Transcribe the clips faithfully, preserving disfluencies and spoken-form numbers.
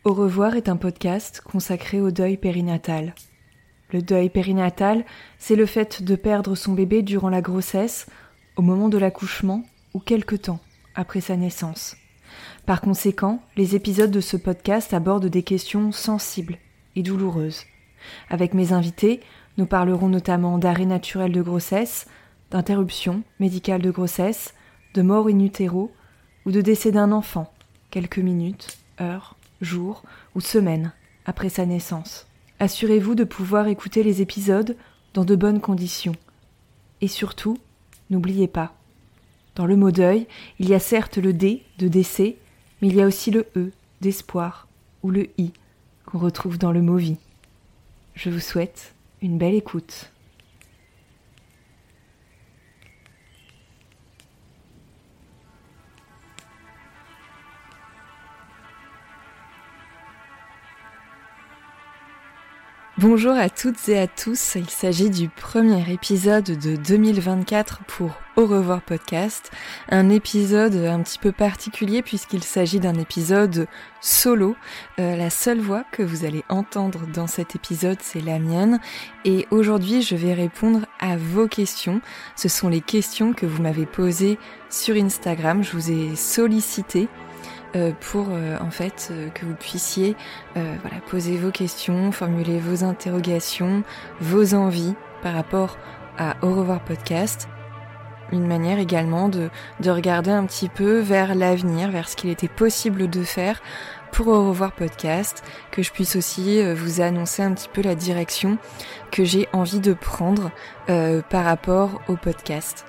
Au revoir est un podcast consacré au deuil périnatal. Le deuil périnatal, c'est le fait de perdre son bébé durant la grossesse, au moment de l'accouchement ou quelque temps après sa naissance. Par conséquent, les épisodes de ce podcast abordent des questions sensibles et douloureuses. Avec mes invités, nous parlerons notamment d'arrêt naturel de grossesse, d'interruption médicale de grossesse, de mort in utero ou de décès d'un enfant, quelques minutes, heures, jours ou semaines après sa naissance. Assurez-vous de pouvoir écouter les épisodes dans de bonnes conditions. Et surtout, n'oubliez pas, dans le mot deuil, il y a certes le D de décès, mais il y a aussi le E d'espoir ou le I qu'on retrouve dans le mot vie. Je vous souhaite une belle écoute. Bonjour à toutes et à tous, il s'agit du premier épisode de deux mille vingt-quatre pour Au revoir podcast, un épisode un petit peu particulier puisqu'il s'agit d'un épisode solo. Euh, la seule voix que vous allez entendre dans cet épisode, c'est la mienne, et aujourd'hui je vais répondre à vos questions. Ce sont les questions que vous m'avez posées sur Instagram, je vous ai sollicité Euh, pour euh, en fait euh, que vous puissiez euh, voilà, poser vos questions, formuler vos interrogations, vos envies par rapport à Au revoir podcast. Une manière également de, de regarder un petit peu vers l'avenir, vers ce qu'il était possible de faire pour Au revoir podcast, que je puisse aussi euh, vous annoncer un petit peu la direction que j'ai envie de prendre euh, par rapport au podcast.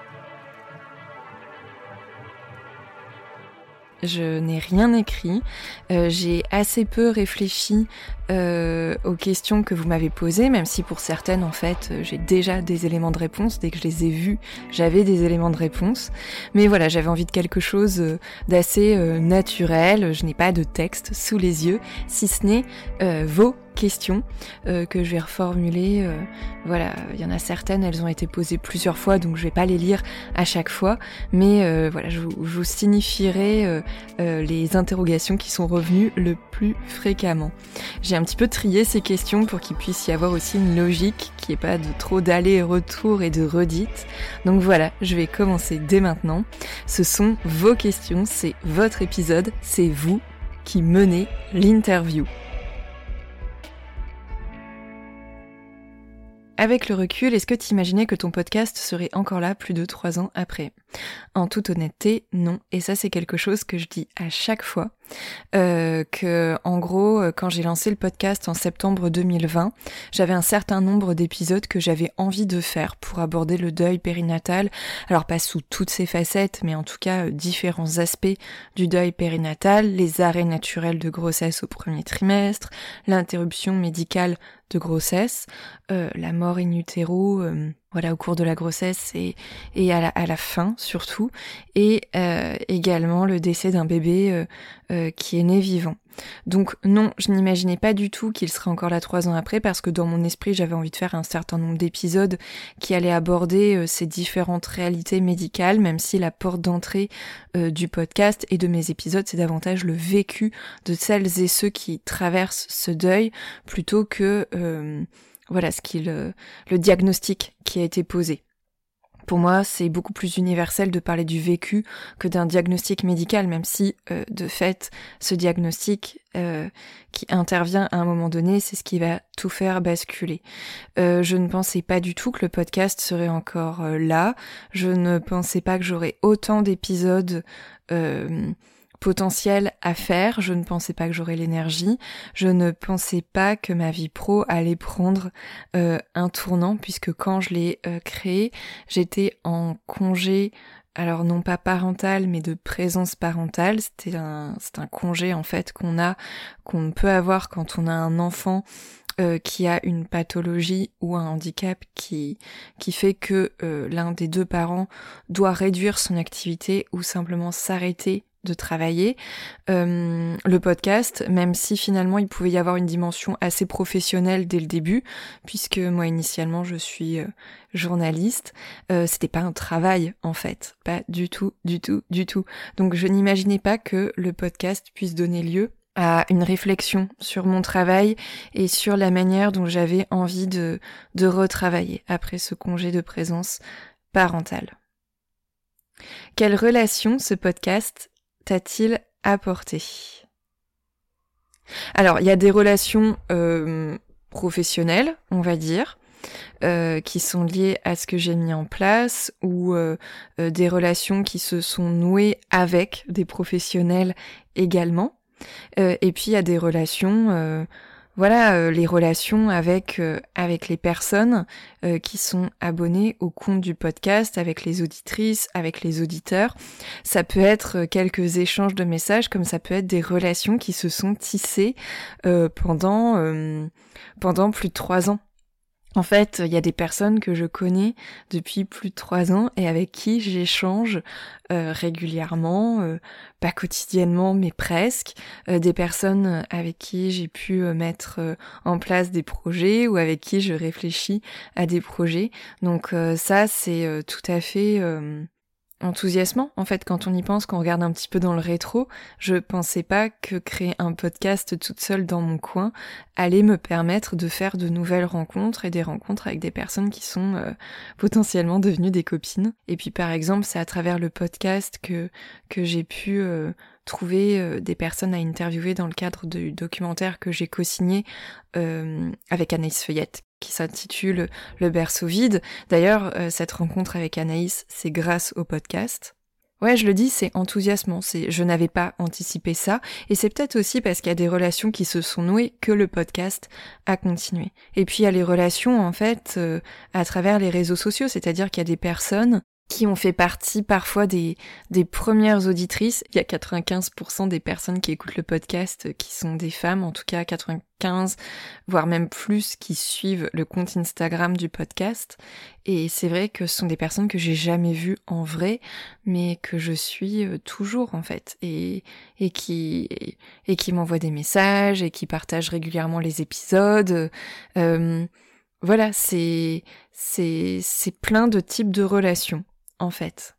Je n'ai rien écrit, euh, j'ai assez peu réfléchi euh, aux questions que vous m'avez posées, même si pour certaines en fait j'ai déjà des éléments de réponse, dès que je les ai vues j'avais des éléments de réponse, mais voilà, j'avais envie de quelque chose d'assez euh, naturel, je n'ai pas de texte sous les yeux, si ce n'est euh, vos questions euh, que je vais reformuler. Euh, voilà, il y en a certaines, elles ont été posées plusieurs fois, donc je vais pas les lire à chaque fois, mais euh, voilà, je vous, je vous signifierai euh, euh, les interrogations qui sont revenues le plus fréquemment. J'ai un petit peu trié ces questions pour qu'il puisse y avoir aussi une logique, qu'il n'y ait pas de trop d'aller-retour et de redites. Donc voilà, je vais commencer dès maintenant. Ce sont vos questions, c'est votre épisode, c'est vous qui menez l'interview. Avec le recul, est-ce que tu imaginais que ton podcast serait encore là plus de trois ans après ? En toute honnêteté, non. Et ça, c'est quelque chose que je dis à chaque fois. Euh, que, en gros, quand j'ai lancé le podcast en septembre deux mille vingt, j'avais un certain nombre d'épisodes que j'avais envie de faire pour aborder le deuil périnatal. Alors, pas sous toutes ses facettes, mais en tout cas, euh, différents aspects du deuil périnatal, les arrêts naturels de grossesse au premier trimestre, l'interruption médicale de grossesse, euh, la mort in utero, euh, voilà, au cours de la grossesse et, et à, la, à la fin surtout, et euh, également le décès d'un bébé euh, euh, qui est né vivant. Donc non, je n'imaginais pas du tout qu'il serait encore là trois ans après, parce que dans mon esprit j'avais envie de faire un certain nombre d'épisodes qui allaient aborder euh, ces différentes réalités médicales, même si la porte d'entrée euh, du podcast et de mes épisodes c'est davantage le vécu de celles et ceux qui traversent ce deuil, plutôt que euh, voilà ce qu'il, euh, le diagnostic qui a été posé. Pour moi, c'est beaucoup plus universel de parler du vécu que d'un diagnostic médical, même si, euh, de fait, ce diagnostic euh, qui intervient à un moment donné, c'est ce qui va tout faire basculer. Euh, je ne pensais pas du tout que le podcast serait encore euh, là. Je ne pensais pas que j'aurais autant d'épisodes euh, potentiel à faire, je ne pensais pas que j'aurais l'énergie, je ne pensais pas que ma vie pro allait prendre euh, un tournant, puisque quand je l'ai euh, créé, j'étais en congé, alors non pas parental, mais de présence parentale. C'était un, c'est un congé en fait qu'on a, qu'on peut avoir quand on a un enfant Euh, qui a une pathologie ou un handicap qui qui fait que euh, l'un des deux parents doit réduire son activité ou simplement s'arrêter de travailler. Euh, le podcast, même si finalement il pouvait y avoir une dimension assez professionnelle dès le début, puisque moi initialement je suis euh, journaliste, euh, c'était pas un travail en fait, pas du tout, du tout, du tout. Donc je n'imaginais pas que le podcast puisse donner lieu à une réflexion sur mon travail et sur la manière dont j'avais envie de, de retravailler après ce congé de présence parentale. Quelle relation ce podcast t'a-t-il apporté ? Alors, il y a des relations euh, professionnelles, on va dire, euh, qui sont liées à ce que j'ai mis en place, ou euh, euh, des relations qui se sont nouées avec des professionnels également. Euh, et puis il y a des relations, euh, voilà, euh, les relations avec euh, avec les personnes euh, qui sont abonnées au compte du podcast, avec les auditrices, avec les auditeurs. Ça peut être quelques échanges de messages, comme ça peut être des relations qui se sont tissées euh, pendant euh, pendant plus de trois ans. En fait, il y a des personnes que je connais depuis plus de trois ans et avec qui j'échange euh, régulièrement, euh, pas quotidiennement mais presque, euh, des personnes avec qui j'ai pu euh, mettre euh, en place des projets ou avec qui je réfléchis à des projets. Donc euh, ça, c'est euh, tout à fait euh, enthousiasmant. En fait, quand on y pense, qu'on regarde un petit peu dans le rétro, je pensais pas que créer un podcast toute seule dans mon coin allait me permettre de faire de nouvelles rencontres et des rencontres avec des personnes qui sont euh, potentiellement devenues des copines. Et puis par exemple, c'est à travers le podcast que que j'ai pu euh, trouver euh, des personnes à interviewer dans le cadre du documentaire que j'ai co-signé euh, avec Anaïs Feuillette, qui s'intitule Le berceau vide. D'ailleurs, euh, cette rencontre avec Anaïs, c'est grâce au podcast. Ouais, je le dis, c'est enthousiasmant, c'est, je n'avais pas anticipé ça, et c'est peut-être aussi parce qu'il y a des relations qui se sont nouées que le podcast a continué. Et puis il y a les relations, en fait, euh, à travers les réseaux sociaux, c'est-à-dire qu'il y a des personnes qui ont fait partie parfois des, des premières auditrices. Il y a quatre-vingt-quinze pour cent des personnes qui écoutent le podcast qui sont des femmes, en tout cas quatre-vingt-quinze, voire même plus, qui suivent le compte Instagram du podcast. Et c'est vrai que ce sont des personnes que j'ai jamais vues en vrai, mais que je suis toujours en fait, et, et qui, et, et qui m'envoient des messages, et qui partagent régulièrement les épisodes. Euh, voilà, c'est, c'est, c'est plein de types de relations. En fait.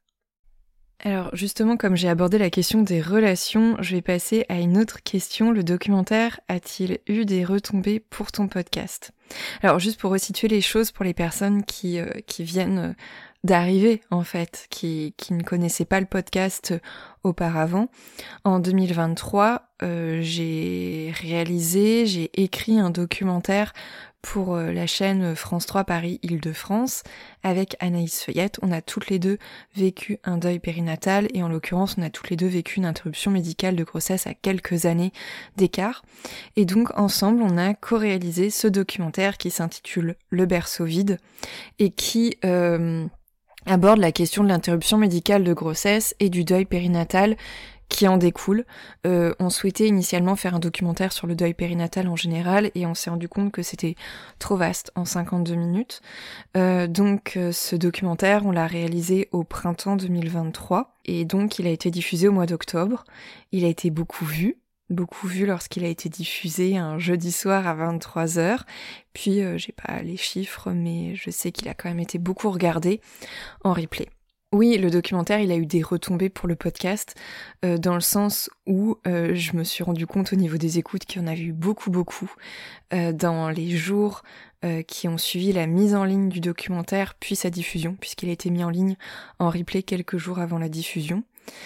Alors justement, comme j'ai abordé la question des relations, je vais passer à une autre question. Le documentaire a-t-il eu des retombées pour ton podcast ? Alors juste pour resituer les choses pour les personnes qui, euh, qui viennent d'arriver en fait, qui, qui ne connaissaient pas le podcast auparavant. En deux mille vingt-trois, euh, j'ai réalisé, j'ai écrit un documentaire pour la chaîne France trois Paris Île-de-France avec Anaïs Feuillette. On a toutes les deux vécu un deuil périnatal et en l'occurrence on a toutes les deux vécu une interruption médicale de grossesse à quelques années d'écart. Et donc ensemble on a co-réalisé ce documentaire qui s'intitule Le berceau vide et qui euh, aborde la question de l'interruption médicale de grossesse et du deuil périnatal qui en découle. Euh, on souhaitait initialement faire un documentaire sur le deuil périnatal en général et on s'est rendu compte que c'était trop vaste en cinquante-deux minutes. Euh, donc euh, ce documentaire, on l'a réalisé au printemps deux mille vingt-trois et donc il a été diffusé au mois d'octobre. Il a été beaucoup vu, beaucoup vu lorsqu'il a été diffusé un jeudi soir à vingt-trois heures. Puis euh, j'ai pas les chiffres, mais je sais qu'il a quand même été beaucoup regardé en replay. Oui, le documentaire, il a eu des retombées pour le podcast, euh, dans le sens où euh, je me suis rendu compte au niveau des écoutes qu'il y en avait eu beaucoup, beaucoup euh, dans les jours euh, qui ont suivi la mise en ligne du documentaire, puis sa diffusion, puisqu'il a été mis en ligne en replay quelques jours avant la diffusion.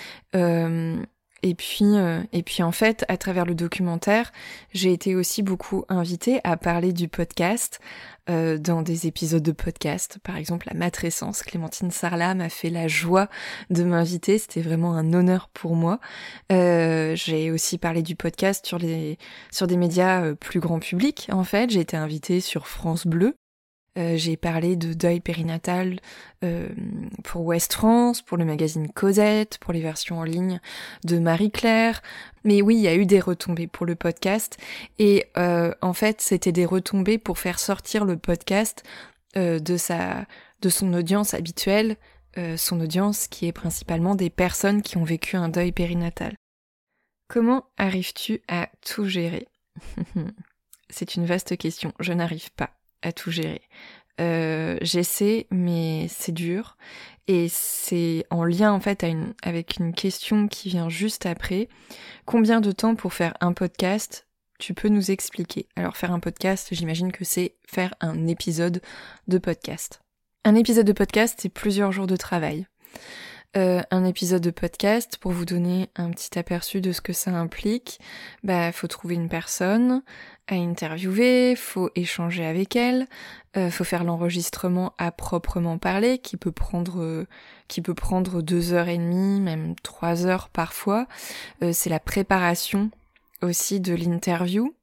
Euh, et puis, euh, et puis en fait, à travers le documentaire, j'ai été aussi beaucoup invitée à parler du podcast, Euh, dans des épisodes de podcast, par exemple la matrescence. Clémentine Sarlat m'a fait la joie de m'inviter, c'était vraiment un honneur pour moi. Euh, j'ai aussi parlé du podcast sur les sur des médias euh, plus grand public en fait, j'ai été invitée sur France Bleu. Euh, j'ai parlé de deuil périnatal euh, pour Ouest France, pour le magazine Cosette, pour les versions en ligne de Marie-Claire. Mais oui, il y a eu des retombées pour le podcast. Et euh, en fait, c'était des retombées pour faire sortir le podcast euh, de sa, de son audience habituelle, euh, son audience qui est principalement des personnes qui ont vécu un deuil périnatal. Comment arrives-tu à tout gérer ? C'est une vaste question. Je n'arrive pas à tout gérer. Euh, j'essaie, mais c'est dur. Et c'est en lien en fait à une, avec une question qui vient juste après. Combien de temps pour faire un podcast ? Tu peux nous expliquer. Alors faire un podcast, j'imagine que c'est faire un épisode de podcast. Un épisode de podcast, c'est plusieurs jours de travail. Euh, un épisode de podcast, pour vous donner un petit aperçu de ce que ça implique, bah faut trouver une personne à interviewer, faut échanger avec elle, euh, faut faire l'enregistrement à proprement parler, qui peut prendre euh, qui peut prendre deux heures et demie, même trois heures parfois. Euh, c'est la préparation aussi de l'interview.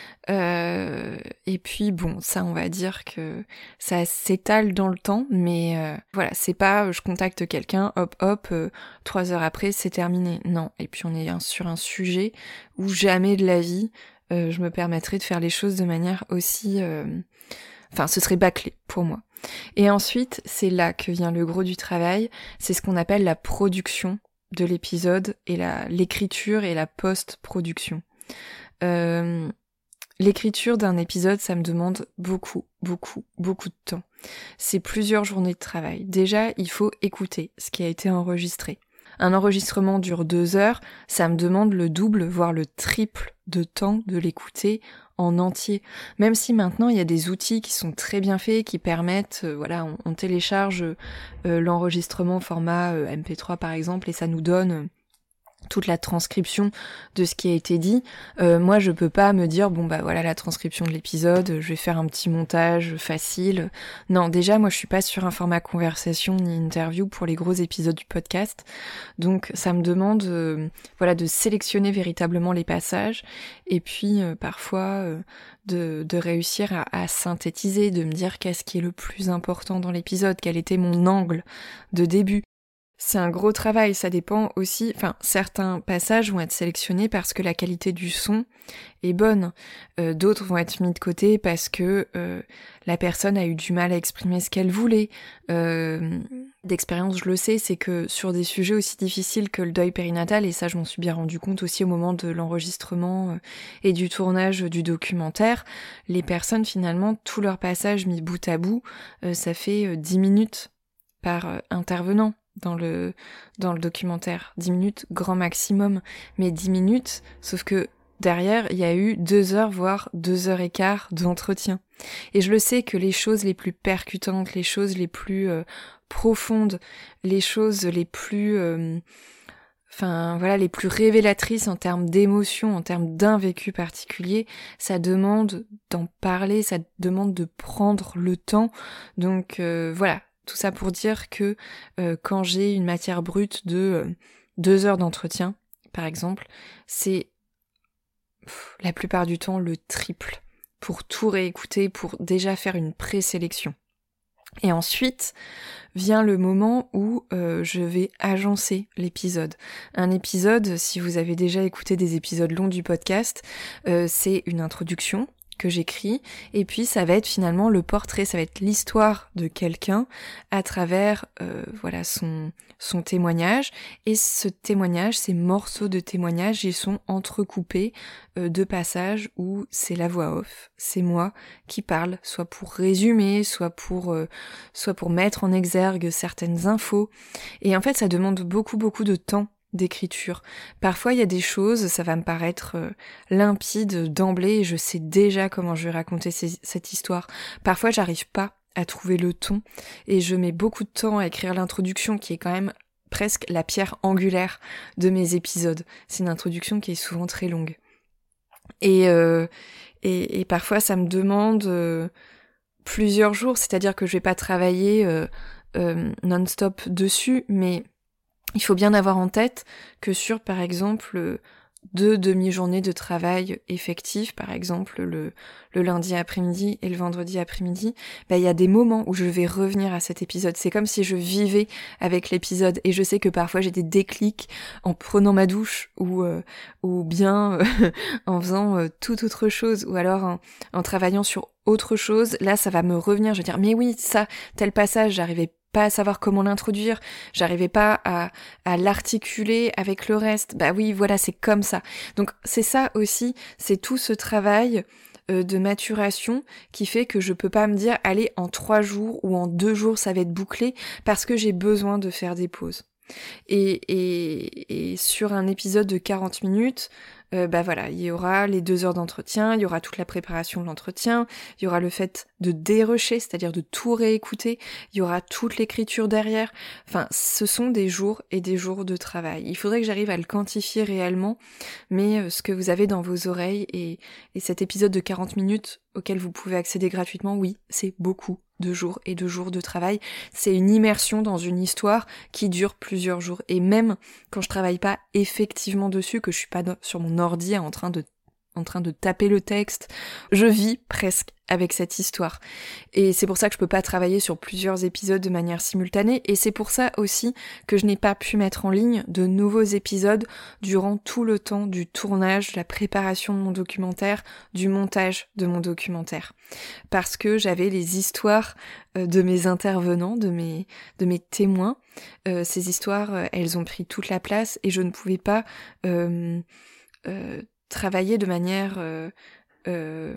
Euh, et puis bon, ça on va dire que ça s'étale dans le temps, mais euh, voilà, c'est pas euh, je contacte quelqu'un, hop hop, euh, trois heures après c'est terminé. Non, et puis on est un, sur un sujet où jamais de la vie euh, je me permettrais de faire les choses de manière aussi... Euh... Enfin, ce serait bâclé pour moi. Et ensuite, c'est là que vient le gros du travail, c'est ce qu'on appelle la production de l'épisode et la l'écriture et la post-production. Euh... L'écriture d'un épisode, ça me demande beaucoup, beaucoup, beaucoup de temps. C'est plusieurs journées de travail. Déjà, il faut écouter ce qui a été enregistré. Un enregistrement dure deux heures, ça me demande le double, voire le triple de temps de l'écouter en entier. Même si maintenant, il y a des outils qui sont très bien faits, qui permettent, euh, voilà, on, on télécharge euh, l'enregistrement format euh, M P trois par exemple, et ça nous donne... Euh, toute la transcription de ce qui a été dit. Euh, moi, je peux pas me dire, bon bah voilà la transcription de l'épisode, je vais faire un petit montage facile. Non, déjà, moi, je suis pas sur un format conversation ni interview pour les gros épisodes du podcast. Donc, ça me demande, euh, voilà, de sélectionner véritablement les passages et puis euh, parfois euh, de, de réussir à, à synthétiser, de me dire qu'est-ce qui est le plus important dans l'épisode, quel était mon angle de début. C'est un gros travail, ça dépend aussi, enfin certains passages vont être sélectionnés parce que la qualité du son est bonne, euh, d'autres vont être mis de côté parce que euh, la personne a eu du mal à exprimer ce qu'elle voulait. Euh, d'expérience je le sais, c'est que sur des sujets aussi difficiles que le deuil périnatal, et ça je m'en suis bien rendu compte aussi au moment de l'enregistrement euh, et du tournage du documentaire, les personnes finalement, tous leurs passages mis bout à bout, euh, ça fait euh, dix minutes par euh, intervenant. Dans le, dans le documentaire. dix minutes, grand maximum. Mais dix minutes, sauf que derrière, il y a eu deux heures, voire deux heures et quart d'entretien. Et je le sais que les choses les plus percutantes, les choses les plus euh, profondes, les choses les plus... Euh, Enfin, voilà, les plus révélatrices en termes d'émotion, en termes d'un vécu particulier, ça demande d'en parler, ça demande de prendre le temps. Donc euh, voilà, tout ça pour dire que euh, quand j'ai une matière brute de euh, deux heures d'entretien, par exemple, c'est pff, la plupart du temps le triple pour tout réécouter, pour déjà faire une présélection. Et ensuite vient le moment où euh, je vais agencer l'épisode. Un épisode, si vous avez déjà écouté des épisodes longs du podcast, euh, c'est une introduction que j'écris, et puis ça va être finalement le portrait, ça va être l'histoire de quelqu'un à travers euh, voilà son son témoignage, et ce témoignage, ces morceaux de témoignage, ils sont entrecoupés euh, de passages où c'est la voix off, c'est moi qui parle, soit pour résumer, soit pour euh, soit pour mettre en exergue certaines infos, et en fait ça demande beaucoup beaucoup de temps d'écriture. Parfois il y a des choses, ça va me paraître euh, limpide d'emblée et je sais déjà comment je vais raconter ces, cette histoire. Parfois j'arrive pas à trouver le ton et je mets beaucoup de temps à écrire l'introduction qui est quand même presque la pierre angulaire de mes épisodes. C'est une introduction qui est souvent très longue. Et, euh, et, et parfois ça me demande euh, plusieurs jours, c'est-à-dire que je vais pas travailler euh, euh, non-stop dessus, mais il faut bien avoir en tête que sur, par exemple, deux demi-journées de travail effectifs, par exemple le, le lundi après-midi et le vendredi après-midi, bah, il y a des moments où je vais revenir à cet épisode. C'est comme si je vivais avec l'épisode, et je sais que parfois j'ai des déclics en prenant ma douche ou, euh, ou bien euh, en faisant euh, toute autre chose, ou alors en, en travaillant sur autre chose. Là, ça va me revenir, je vais dire, mais oui, ça, tel passage, j'arrivais pas à savoir comment l'introduire, j'arrivais pas à, à l'articuler avec le reste. Bah oui, voilà, c'est comme ça. Donc c'est ça aussi, c'est tout ce travail euh, de maturation qui fait que je peux pas me dire allez en trois jours ou en deux jours ça va être bouclé parce que j'ai besoin de faire des pauses. Et, et, et sur un épisode de quarante minutes, euh, bah voilà, il y aura les deux heures d'entretien, il y aura toute la préparation de l'entretien, il y aura le fait de dérusher, c'est-à-dire de tout réécouter, il y aura toute l'écriture derrière. Enfin, ce sont des jours et des jours de travail. Il faudrait que j'arrive à le quantifier réellement, mais euh, ce que vous avez dans vos oreilles et, et cet épisode de quarante minutes auquel vous pouvez accéder gratuitement, oui, c'est beaucoup de jours et de jours de travail. C'est une immersion dans une histoire qui dure plusieurs jours. Et même quand je travaille pas effectivement dessus, que je suis pas sur mon ordi en train de en train de taper le texte, je vis presque avec cette histoire. Et c'est pour ça que je peux pas travailler sur plusieurs épisodes de manière simultanée, et c'est pour ça aussi que je n'ai pas pu mettre en ligne de nouveaux épisodes durant tout le temps du tournage, de la préparation de mon documentaire, du montage de mon documentaire. Parce que j'avais les histoires de mes intervenants, de mes, de mes témoins. Euh, ces histoires, elles ont pris toute la place, et je ne pouvais pas euh, euh, travailler de manière, euh, euh,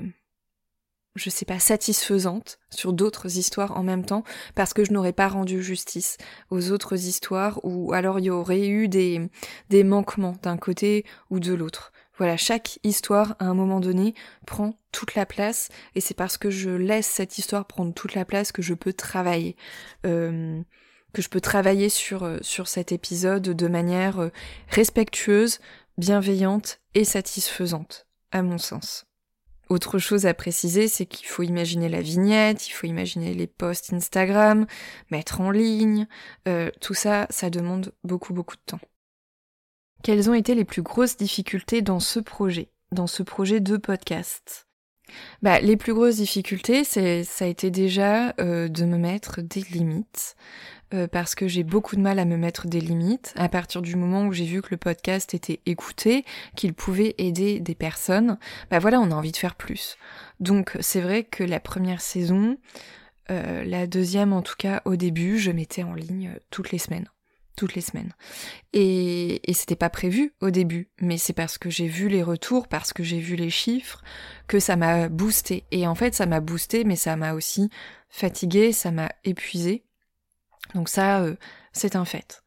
je sais pas, satisfaisante sur d'autres histoires en même temps, parce que je n'aurais pas rendu justice aux autres histoires, ou alors il y aurait eu des, des manquements d'un côté ou de l'autre. Voilà, chaque histoire, à un moment donné, prend toute la place, et c'est parce que je laisse cette histoire prendre toute la place que je peux travailler. Euh, que je peux travailler sur, sur cet épisode de manière respectueuse, bienveillante et satisfaisante, à mon sens. Autre chose à préciser, c'est qu'il faut imaginer la vignette, il faut imaginer les posts Instagram, mettre en ligne, euh, tout ça, ça demande beaucoup beaucoup de temps. Quelles ont été les plus grosses difficultés dans ce projet, dans ce projet de podcast ? Bah, les plus grosses difficultés, c'est, ça a été déjà euh, de me mettre des limites, euh, parce que j'ai beaucoup de mal à me mettre des limites. À partir du moment où j'ai vu que le podcast était écouté, qu'il pouvait aider des personnes, bah voilà, on a envie de faire plus. Donc c'est vrai que la première saison, euh, la deuxième en tout cas au début, je mettais en ligne toutes les semaines. toutes les semaines. Et, et c'était pas prévu au début, mais c'est parce que j'ai vu les retours, parce que j'ai vu les chiffres, que ça m'a boosté. Et en fait, ça m'a boosté, mais ça m'a aussi fatigué, ça m'a épuisé. Donc ça, euh, c'est un fait.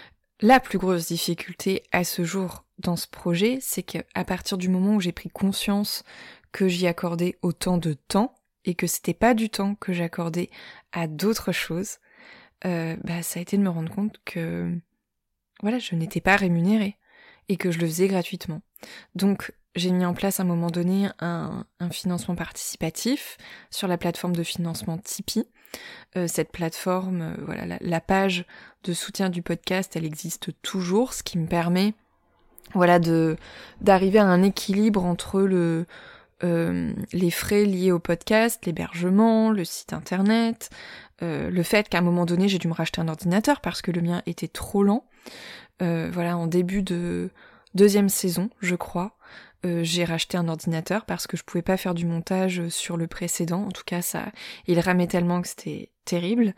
La plus grosse difficulté à ce jour dans ce projet, c'est qu'à partir du moment où j'ai pris conscience que j'y accordais autant de temps, et que c'était pas du temps que j'accordais à d'autres choses, Euh, bah, ça a été de me rendre compte que voilà, je n'étais pas rémunérée et que je le faisais gratuitement. Donc j'ai mis en place à un moment donné un, un financement participatif sur la plateforme de financement Tipeee. Euh, cette plateforme, euh, voilà, la, la page de soutien du podcast, elle existe toujours, ce qui me permet voilà, de d'arriver à un équilibre entre le Euh, les frais liés au podcast, l'hébergement, le site internet, euh, le fait qu'à un moment donné j'ai dû me racheter un ordinateur parce que le mien était trop lent. Euh, voilà, en début de deuxième saison, je crois, euh, j'ai racheté un ordinateur parce que je pouvais pas faire du montage sur le précédent. En tout cas, ça, il ramait tellement que c'était terrible.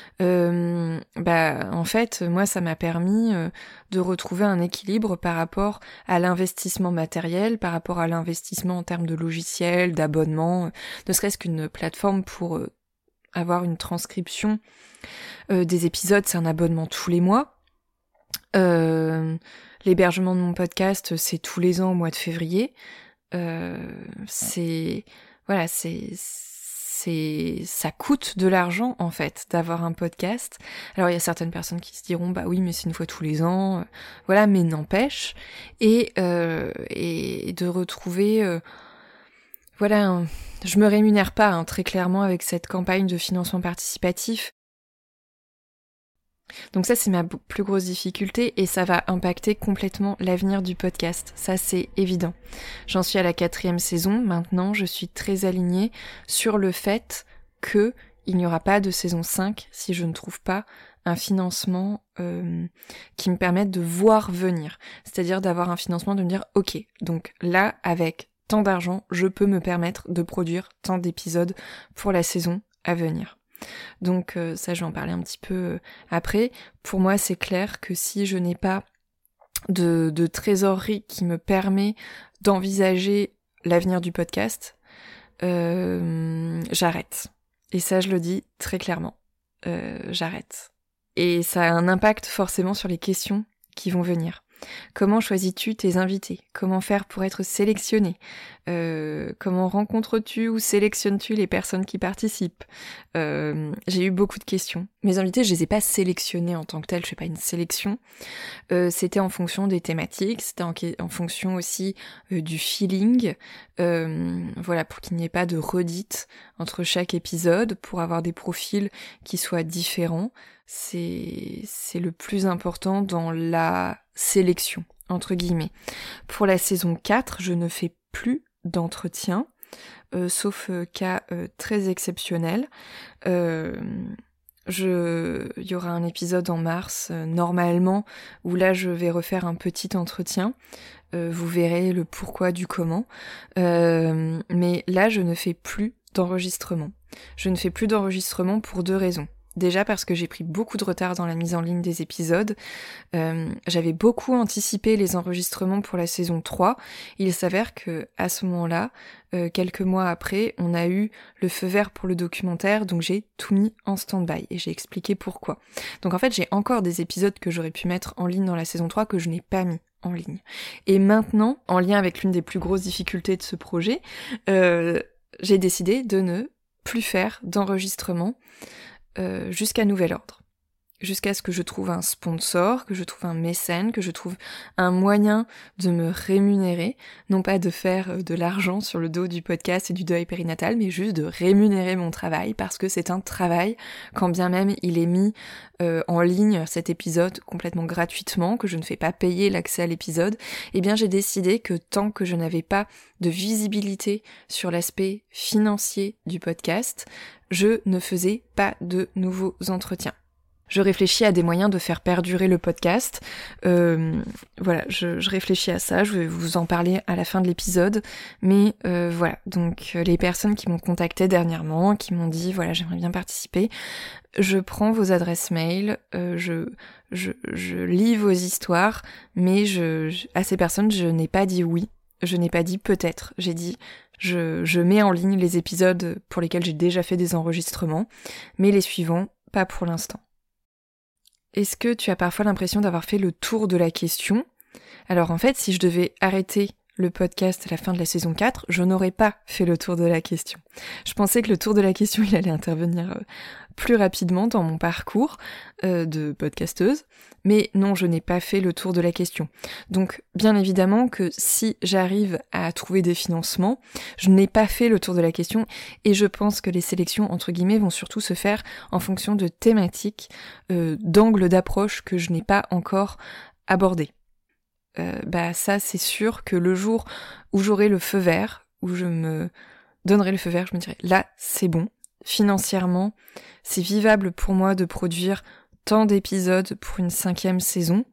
Euh, bah, en fait, moi, ça m'a permis euh, de retrouver un équilibre par rapport à l'investissement matériel, par rapport à l'investissement en termes de logiciels, d'abonnements, euh, ne serait-ce qu'une plateforme pour euh, avoir une transcription euh, des épisodes, c'est un abonnement tous les mois. Euh, l'hébergement de mon podcast, c'est tous les ans au mois de février. Euh, c'est voilà, c'est c'est ça coûte de l'argent en fait d'avoir un podcast. Alors il y a certaines personnes qui se diront bah oui mais c'est une fois tous les ans, euh, voilà, mais n'empêche et euh, et de retrouver euh, voilà, un, je me rémunère pas hein, très clairement avec cette campagne de financement participatif. Donc ça c'est ma b- plus grosse difficulté et ça va impacter complètement l'avenir du podcast, ça c'est évident. J'en suis à la quatrième saison, maintenant je suis très alignée sur le fait que il n'y aura pas de saison cinq si je ne trouve pas un financement euh, qui me permette de voir venir. C'est-à-dire d'avoir un financement de me dire ok, donc là avec tant d'argent je peux me permettre de produire tant d'épisodes pour la saison à venir. Donc euh, ça je vais en parler un petit peu euh, après. Pour moi c'est clair que si je n'ai pas de, de trésorerie qui me permet d'envisager l'avenir du podcast, euh, j'arrête. Et ça, je le dis très clairement. Euh, j'arrête. Et ça a un impact forcément sur les questions qui vont venir. Comment choisis-tu tes invités ? Comment faire pour être sélectionné ? euh, Comment rencontres-tu ou sélectionnes-tu les personnes qui participent ? euh, J'ai eu beaucoup de questions. Mes invités, je les ai pas sélectionnés en tant que tels, je fais pas une sélection. Euh, c'était en fonction des thématiques, c'était en, en fonction aussi euh, du feeling, euh, voilà, pour qu'il n'y ait pas de redites entre chaque épisode, pour avoir des profils qui soient différents. C'est, c'est le plus important dans la sélection, entre guillemets. Pour la saison quatre, je ne fais plus d'entretien, euh, sauf euh, cas euh, très exceptionnel. Euh, je, il y aura un épisode en mars, euh, normalement, où là je vais refaire un petit entretien. Euh, vous verrez le pourquoi du comment. Euh, mais là, je ne fais plus d'enregistrement. Je ne fais plus d'enregistrement pour deux raisons. Déjà parce que j'ai pris beaucoup de retard dans la mise en ligne des épisodes. Euh, j'avais beaucoup anticipé les enregistrements pour la saison trois. Il s'avère que à ce moment-là, euh, quelques mois après, on a eu le feu vert pour le documentaire, donc j'ai tout mis en stand-by et j'ai expliqué pourquoi. Donc en fait, j'ai encore des épisodes que j'aurais pu mettre en ligne dans la saison trois que je n'ai pas mis en ligne. Et maintenant, en lien avec l'une des plus grosses difficultés de ce projet, euh, j'ai décidé de ne plus faire d'enregistrement Euh, jusqu'à nouvel ordre. Jusqu'à ce que je trouve un sponsor, que je trouve un mécène, que je trouve un moyen de me rémunérer, non pas de faire de l'argent sur le dos du podcast et du deuil périnatal, mais juste de rémunérer mon travail, parce que c'est un travail, quand bien même il est mis euh, en ligne, cet épisode, complètement gratuitement, que je ne fais pas payer l'accès à l'épisode, eh bien j'ai décidé que tant que je n'avais pas de visibilité sur l'aspect financier du podcast, je ne faisais pas de nouveaux entretiens. Je réfléchis à des moyens de faire perdurer le podcast. Euh, voilà, je, je réfléchis à ça, je vais vous en parler à la fin de l'épisode. Mais euh, voilà, donc les personnes qui m'ont contacté dernièrement, qui m'ont dit voilà j'aimerais bien participer, je prends vos adresses mail, euh, je, je, je lis vos histoires, mais je, je, à ces personnes je n'ai pas dit oui, je n'ai pas dit peut-être, j'ai dit je, je mets en ligne les épisodes pour lesquels j'ai déjà fait des enregistrements, mais les suivants, pas pour l'instant. Est-ce que tu as parfois l'impression d'avoir fait le tour de la question ? Alors en fait, si je devais arrêter le podcast à la fin de la saison quatre, je n'aurais pas fait le tour de la question. Je pensais que le tour de la question, il allait intervenir plus rapidement dans mon parcours euh, de podcasteuse, mais non, je n'ai pas fait le tour de la question. Donc, bien évidemment que si j'arrive à trouver des financements, je n'ai pas fait le tour de la question, et je pense que les sélections, entre guillemets, vont surtout se faire en fonction de thématiques, euh, d'angles d'approche que je n'ai pas encore abordés. Euh, bah ça c'est sûr que le jour où j'aurai le feu vert, où je me donnerai le feu vert, je me dirai là c'est bon, financièrement c'est vivable pour moi de produire tant d'épisodes pour une cinquième saison,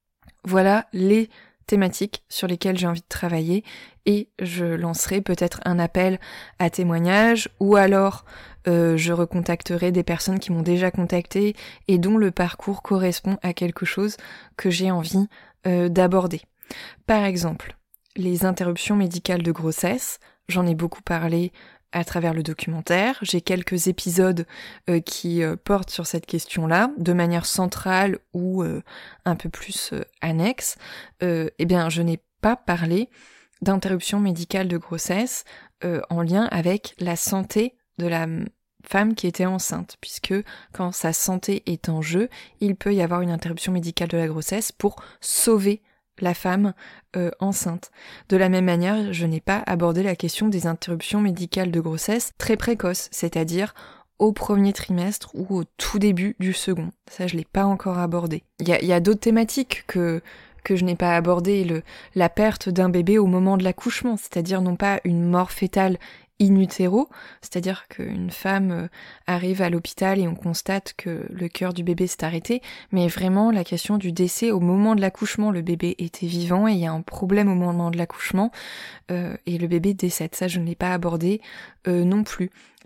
voilà les thématiques sur lesquelles j'ai envie de travailler, et je lancerai peut-être un appel à témoignages, ou alors euh, je recontacterai des personnes qui m'ont déjà contacté et dont le parcours correspond à quelque chose que j'ai envie Euh, d'aborder. Par exemple, les interruptions médicales de grossesse, j'en ai beaucoup parlé à travers le documentaire, j'ai quelques épisodes euh, qui euh, portent sur cette question-là, de manière centrale ou euh, un peu plus euh, annexe. Euh, eh bien, je n'ai pas parlé d'interruption médicale de grossesse euh, en lien avec la santé de la femme qui était enceinte, puisque quand sa santé est en jeu, il peut y avoir une interruption médicale de la grossesse pour sauver la femme euh, enceinte. De la même manière, je n'ai pas abordé la question des interruptions médicales de grossesse très précoces, c'est-à-dire au premier trimestre ou au tout début du second. Ça, je l'ai pas encore abordé. Il y a, y a d'autres thématiques que que je n'ai pas abordées, le, la perte d'un bébé au moment de l'accouchement, c'est-à-dire non pas une mort fœtale in utero, c'est-à-dire qu'une femme arrive à l'hôpital et on constate que le cœur du bébé s'est arrêté, mais vraiment la question du décès au moment de l'accouchement, le bébé était vivant et il y a un problème au moment de l'accouchement euh, et le bébé décède, ça je ne l'ai pas abordé euh, non plus.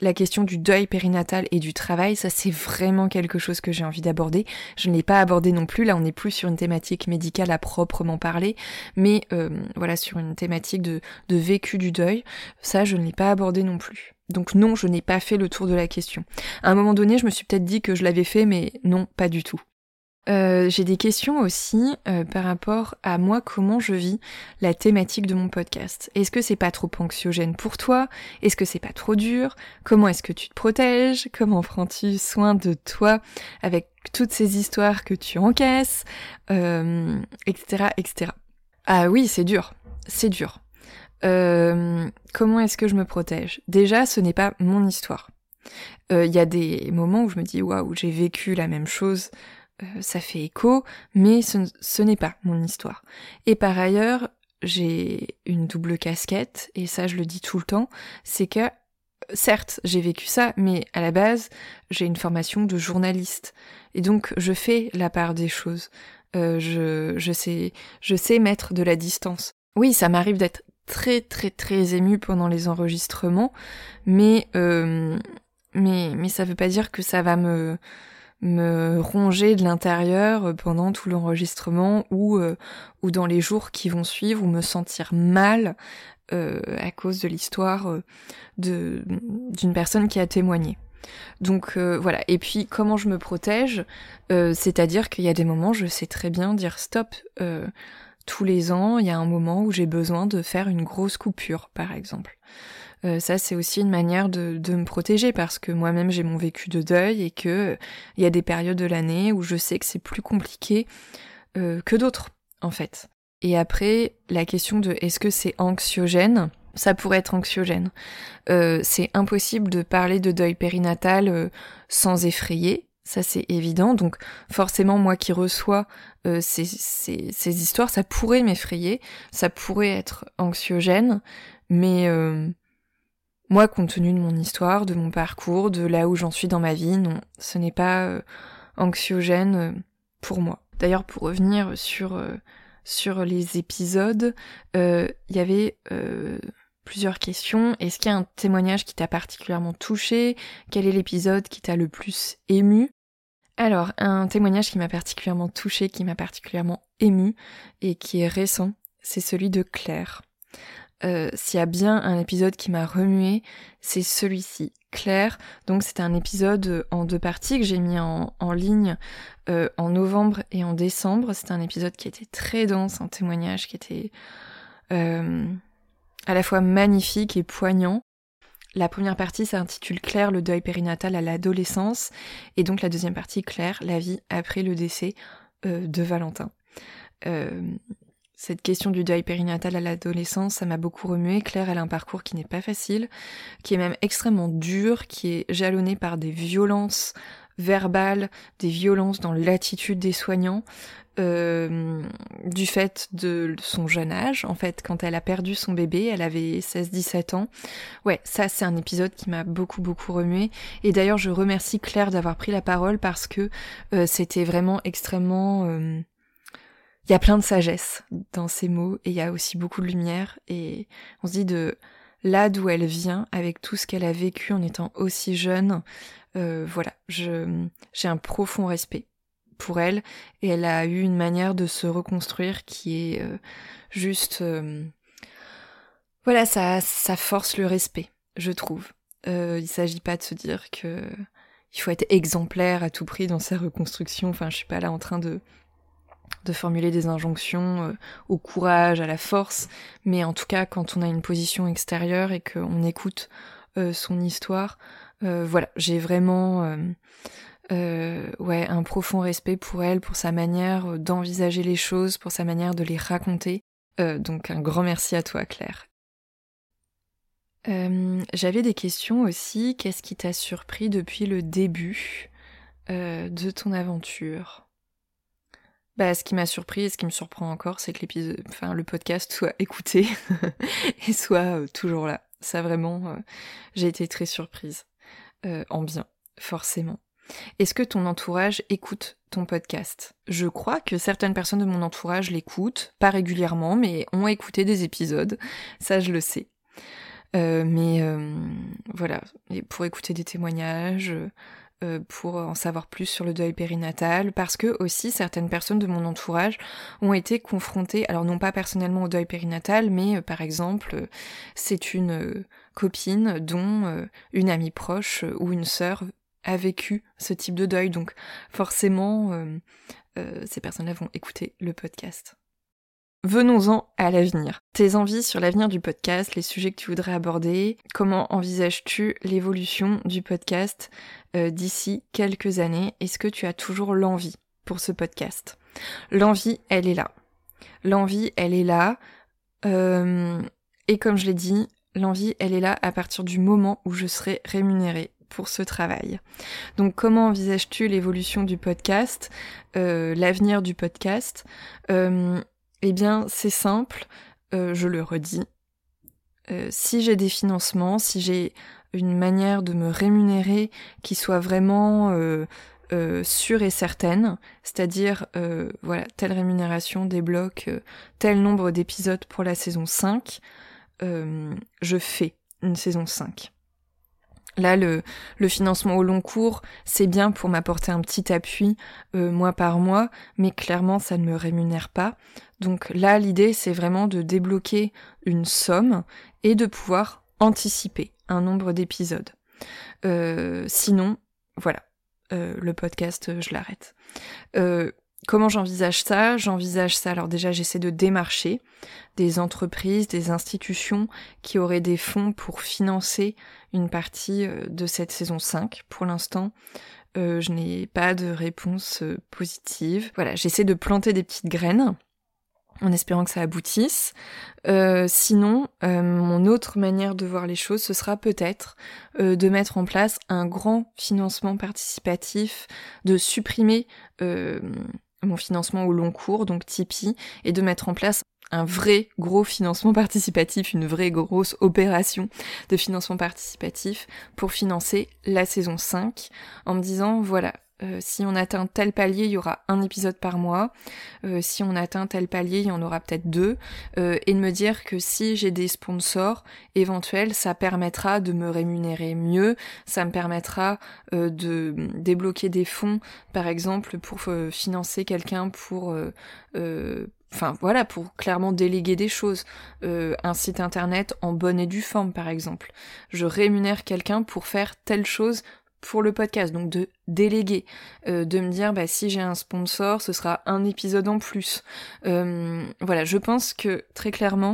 la question du deuil périnatal et du travail, ça c'est vraiment quelque chose que j'ai envie d'aborder. Je ne l'ai pas abordé non plus, là on n'est plus sur une thématique médicale à proprement parler, mais euh, voilà, sur une thématique de, de vécu du deuil, ça je ne l'ai pas abordé non plus. Donc non, je n'ai pas fait le tour de la question. À un moment donné, je me suis peut-être dit que je l'avais fait, mais non, pas du tout. Euh, j'ai des questions aussi euh, par rapport à moi, comment je vis la thématique de mon podcast. Est-ce que c'est pas trop anxiogène pour toi? Est-ce que c'est pas trop dur? Comment est-ce que tu te protèges? Comment prends-tu soin de toi avec toutes ces histoires que tu encaisses, euh, et cetera, et cetera. Ah oui, c'est dur, c'est dur. Euh, comment est-ce que je me protège? Déjà, ce n'est pas mon histoire. Il euh, y a des moments où je me dis waouh, j'ai vécu la même chose. Euh, ça fait écho, mais ce, ce n'est pas mon histoire. Et par ailleurs, j'ai une double casquette, et ça je le dis tout le temps, c'est que, certes, j'ai vécu ça, mais à la base, j'ai une formation de journaliste. Et donc, je fais la part des choses. Euh, je, je, sais, je sais mettre de la distance. Oui, ça m'arrive d'être très très très émue pendant les enregistrements, mais, euh, mais, mais ça veut pas dire que ça va me... me ronger de l'intérieur pendant tout l'enregistrement ou, euh, ou dans les jours qui vont suivre, ou me sentir mal euh, à cause de l'histoire euh, de, d'une personne qui a témoigné. Donc euh, voilà, et puis comment je me protège, euh, c'est-à-dire qu'il y a des moments, je sais très bien dire stop. Euh, tous les ans, il y a un moment où j'ai besoin de faire une grosse coupure, par exemple. Euh, ça, c'est aussi une manière de, de me protéger, parce que moi-même j'ai mon vécu de deuil, et que euh, y a des périodes de l'année où je sais que c'est plus compliqué euh, que d'autres, en fait. Et après, la question de est-ce que c'est anxiogène? Ça pourrait être anxiogène. Euh, c'est impossible de parler de deuil périnatal euh, sans effrayer, ça c'est évident. Donc forcément, moi qui reçois euh, ces, ces, ces histoires, ça pourrait m'effrayer, ça pourrait être anxiogène, mais... Euh, Moi, compte tenu de mon histoire, de mon parcours, de là où j'en suis dans ma vie, non, ce n'est pas euh, anxiogène euh, pour moi. D'ailleurs, pour revenir sur, euh, sur les épisodes, il euh, y avait euh, plusieurs questions. Est-ce qu'il y a un témoignage qui t'a particulièrement touché? Quel est l'épisode qui t'a le plus ému? Alors, un témoignage qui m'a particulièrement touché, qui m'a particulièrement ému, et qui est récent, c'est celui de Claire. Euh, s'il y a bien un épisode qui m'a remué, c'est celui-ci, Claire. Donc c'était un épisode en deux parties que j'ai mis en, en ligne euh, en novembre et en décembre. C'était un épisode qui était très dense, un témoignage qui était euh, à la fois magnifique et poignant. La première partie s'intitule Claire, le deuil périnatal à l'adolescence, et donc la deuxième partie, Claire, la vie après le décès euh, de Valentin. Euh, Cette question du deuil périnatal à l'adolescence, ça m'a beaucoup remué. Claire, elle a un parcours qui n'est pas facile, qui est même extrêmement dur, qui est jalonné par des violences verbales, des violences dans l'attitude des soignants, euh, du fait de son jeune âge. En fait, quand elle a perdu son bébé, elle avait seize dix-sept ans. Ouais, ça c'est un épisode qui m'a beaucoup beaucoup remué. Et d'ailleurs, je remercie Claire d'avoir pris la parole, parce que euh, c'était vraiment extrêmement... Euh, Il y a plein de sagesse dans ces mots, et il y a aussi beaucoup de lumière, et on se dit de là d'où elle vient, avec tout ce qu'elle a vécu en étant aussi jeune, euh, voilà, je, j'ai un profond respect pour elle, et elle a eu une manière de se reconstruire qui est euh, juste... Euh, voilà, ça, ça force le respect, je trouve. Euh, il s'agit pas de se dire que il faut être exemplaire à tout prix dans sa reconstruction, enfin je suis pas là en train de... de formuler des injonctions euh, au courage, à la force, mais en tout cas quand on a une position extérieure et qu'on écoute euh, son histoire, euh, voilà, j'ai vraiment euh, euh, ouais, un profond respect pour elle, pour sa manière d'envisager les choses, pour sa manière de les raconter, euh, donc un grand merci à toi Claire. Euh, j'avais des questions aussi, qu'est-ce qui t'a surpris depuis le début euh, de ton aventure ? Bah, ce qui m'a surpris et ce qui me surprend encore, c'est que l'épisode, enfin, le podcast soit écouté et soit euh, toujours là. Ça vraiment, euh, j'ai été très surprise. Euh, en bien, forcément. Est-ce que ton entourage écoute ton podcast ? Je crois que certaines personnes de mon entourage l'écoutent, pas régulièrement, mais ont écouté des épisodes. Ça, je le sais. Euh, mais euh, voilà, et pour écouter des témoignages, euh, pour en savoir plus sur le deuil périnatal, parce que aussi certaines personnes de mon entourage ont été confrontées, alors non pas personnellement au deuil périnatal, mais euh, par exemple, euh, c'est une euh, copine dont euh, une amie proche euh, ou une sœur a vécu ce type de deuil, donc forcément, euh, euh, ces personnes-là vont écouter le podcast. Venons-en à l'avenir. Tes envies sur l'avenir du podcast, les sujets que tu voudrais aborder, comment envisages-tu l'évolution du podcast euh, d'ici quelques années? Est-ce que tu as toujours l'envie pour ce podcast? L'envie, elle est là. L'envie, elle est là. Euh, et comme je l'ai dit, l'envie, elle est là à partir du moment où je serai rémunérée pour ce travail. Donc comment envisages-tu l'évolution du podcast, euh, l'avenir du podcast? euh, Eh bien, c'est simple, euh, je le redis. Euh, si j'ai des financements, si j'ai une manière de me rémunérer qui soit vraiment euh, euh, sûre et certaine, c'est-à-dire, euh, voilà, telle rémunération débloque euh, tel nombre d'épisodes pour la saison cinq, euh, je fais une saison cinq. Là, le, le financement au long cours, c'est bien pour m'apporter un petit appui euh, mois par mois, mais clairement, ça ne me rémunère pas. Donc là, l'idée, c'est vraiment de débloquer une somme et de pouvoir anticiper un nombre d'épisodes. Euh, sinon, voilà, euh, le podcast, je l'arrête. Euh, Comment j'envisage ça? J'envisage ça, alors déjà j'essaie de démarcher des entreprises, des institutions qui auraient des fonds pour financer une partie de cette saison cinq. Pour l'instant, euh, je n'ai pas de réponse positive. Voilà, j'essaie de planter des petites graines en espérant que ça aboutisse. Euh, sinon, euh, mon autre manière de voir les choses, ce sera peut-être euh, de mettre en place un grand financement participatif, de supprimer euh, mon financement au long cours, donc Tipeee, et de mettre en place un vrai gros financement participatif, une vraie grosse opération de financement participatif pour financer la saison cinq, en me disant, voilà, Euh, si on atteint tel palier, il y aura un épisode par mois. Euh, si on atteint tel palier, il y en aura peut-être deux. Euh, et de me dire que si j'ai des sponsors éventuels, ça permettra de me rémunérer mieux. Ça me permettra euh, de débloquer des fonds, par exemple, pour euh, financer quelqu'un pour... Euh, euh, Enfin voilà, pour clairement déléguer des choses. Euh, un site internet en bonne et due forme, par exemple. Je rémunère quelqu'un pour faire telle chose pour le podcast, donc de déléguer, euh, de me dire bah si j'ai un sponsor, ce sera un épisode en plus. Euh, voilà, je pense que très clairement,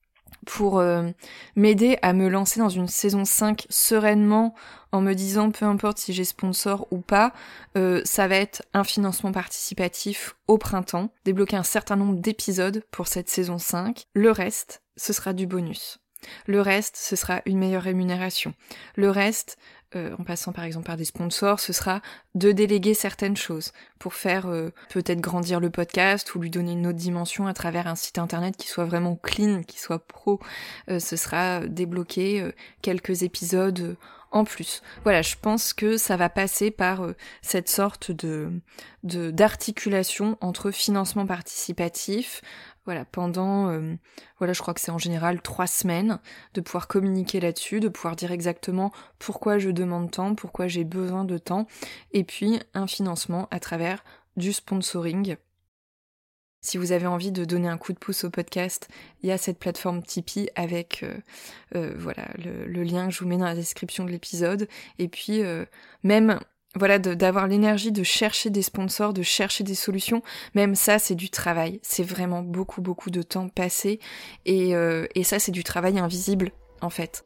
pour euh, m'aider à me lancer dans une saison cinq sereinement, en me disant peu importe si j'ai sponsor ou pas, euh, ça va être un financement participatif au printemps, débloquer un certain nombre d'épisodes pour cette saison cinq. Le reste, ce sera du bonus. Le reste, ce sera une meilleure rémunération. Le reste, euh, en passant par exemple par des sponsors, ce sera de déléguer certaines choses pour faire euh, peut-être grandir le podcast ou lui donner une autre dimension à travers un site internet qui soit vraiment clean, qui soit pro. Euh, ce sera débloquer euh, quelques épisodes euh, en plus. Voilà, je pense que ça va passer par euh, cette sorte de, de d'articulation entre financement participatif, voilà, pendant, euh, voilà, je crois que c'est en général trois semaines, de pouvoir communiquer là-dessus, de pouvoir dire exactement pourquoi je demande tant, pourquoi j'ai besoin de temps, et puis un financement à travers du sponsoring. Si vous avez envie de donner un coup de pouce au podcast, il y a cette plateforme Tipeee avec euh, euh, voilà le, le lien que je vous mets dans la description de l'épisode. Et puis euh, même voilà de, d'avoir l'énergie de chercher des sponsors, de chercher des solutions, même ça c'est du travail. C'est vraiment beaucoup beaucoup de temps passé et, euh, et ça c'est du travail invisible en fait.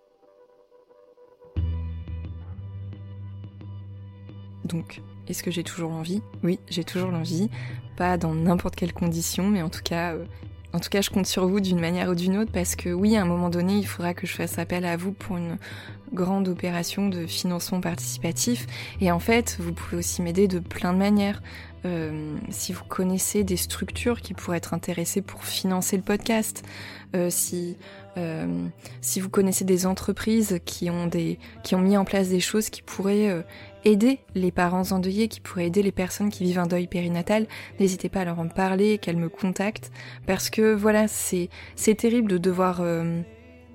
Donc, est-ce que j'ai toujours l'envie? Oui, j'ai toujours l'envie. Pas dans n'importe quelle condition, mais en tout cas, euh, en tout cas, je compte sur vous d'une manière ou d'une autre parce que oui, à un moment donné, il faudra que je fasse appel à vous pour une grande opération de financement participatif. Et en fait, vous pouvez aussi m'aider de plein de manières. Euh, si vous connaissez des structures qui pourraient être intéressées pour financer le podcast, euh, si euh, si vous connaissez des entreprises qui ont des qui ont mis en place des choses qui pourraient euh, aider les parents endeuillés, qui pourraient aider les personnes qui vivent un deuil périnatal, n'hésitez pas à leur en parler, qu'elles me contactent, parce que voilà, c'est c'est terrible de devoir euh,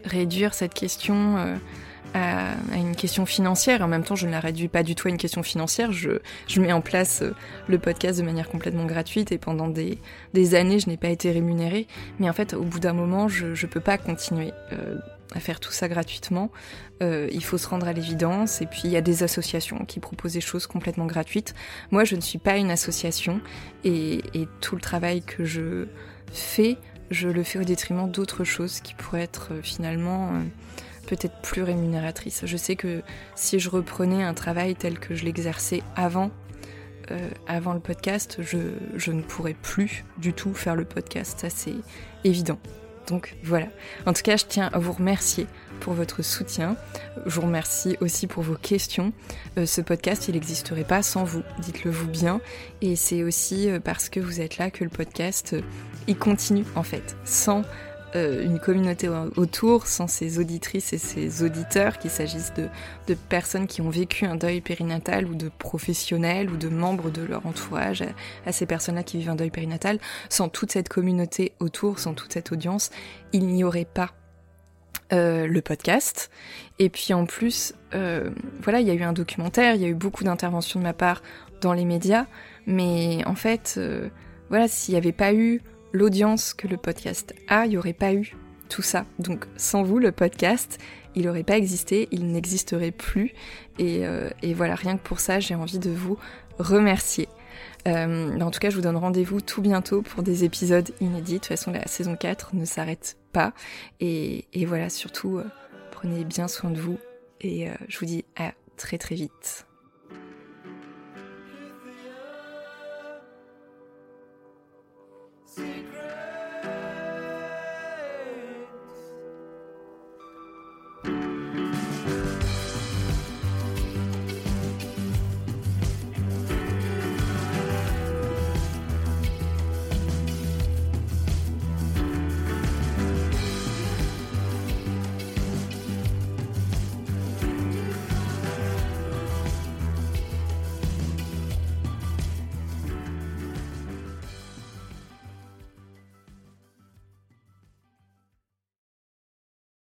réduire cette question euh, à, à une question financière. En même temps, je ne la réduis pas du tout à une question financière. Je, je mets en place euh, le podcast de manière complètement gratuite et pendant des, des années, je n'ai pas été rémunérée. Mais en fait, au bout d'un moment, je ne peux pas continuer euh, à faire tout ça gratuitement. Euh, il faut se rendre à l'évidence. Et puis, il y a des associations qui proposent des choses complètement gratuites. Moi, je ne suis pas une association et, et tout le travail que je fais, je le fais au détriment d'autres choses qui pourraient être euh, finalement... Euh, peut-être plus rémunératrice. Je sais que si je reprenais un travail tel que je l'exerçais avant, euh, avant le podcast, je, je ne pourrais plus du tout faire le podcast, ça c'est évident. Donc voilà. En tout cas, je tiens à vous remercier pour votre soutien. Je vous remercie aussi pour vos questions. Euh, ce podcast, il n'existerait pas sans vous, dites-le vous bien. Et c'est aussi parce que vous êtes là que le podcast, il continue en fait. Sans Euh, une communauté autour, sans ces auditrices et ces auditeurs, qu'il s'agisse de, de personnes qui ont vécu un deuil périnatal ou de professionnels ou de membres de leur entourage, à, à ces personnes-là qui vivent un deuil périnatal, sans toute cette communauté autour, sans toute cette audience, il n'y aurait pas euh, le podcast. Et puis en plus, euh, voilà, il y a eu un documentaire, il y a eu beaucoup d'interventions de ma part dans les médias, mais en fait, euh, voilà, s'il n'y avait pas eu l'audience que le podcast a, il n'y aurait pas eu tout ça. Donc sans vous, le podcast, il n'aurait pas existé, il n'existerait plus. Et, euh, et voilà, rien que pour ça, j'ai envie de vous remercier. Euh, en tout cas, je vous donne rendez-vous tout bientôt pour des épisodes inédits. De toute façon, la saison quatre ne s'arrête pas. Et, et voilà, surtout, euh, prenez bien soin de vous. Et euh, je vous dis à très très vite.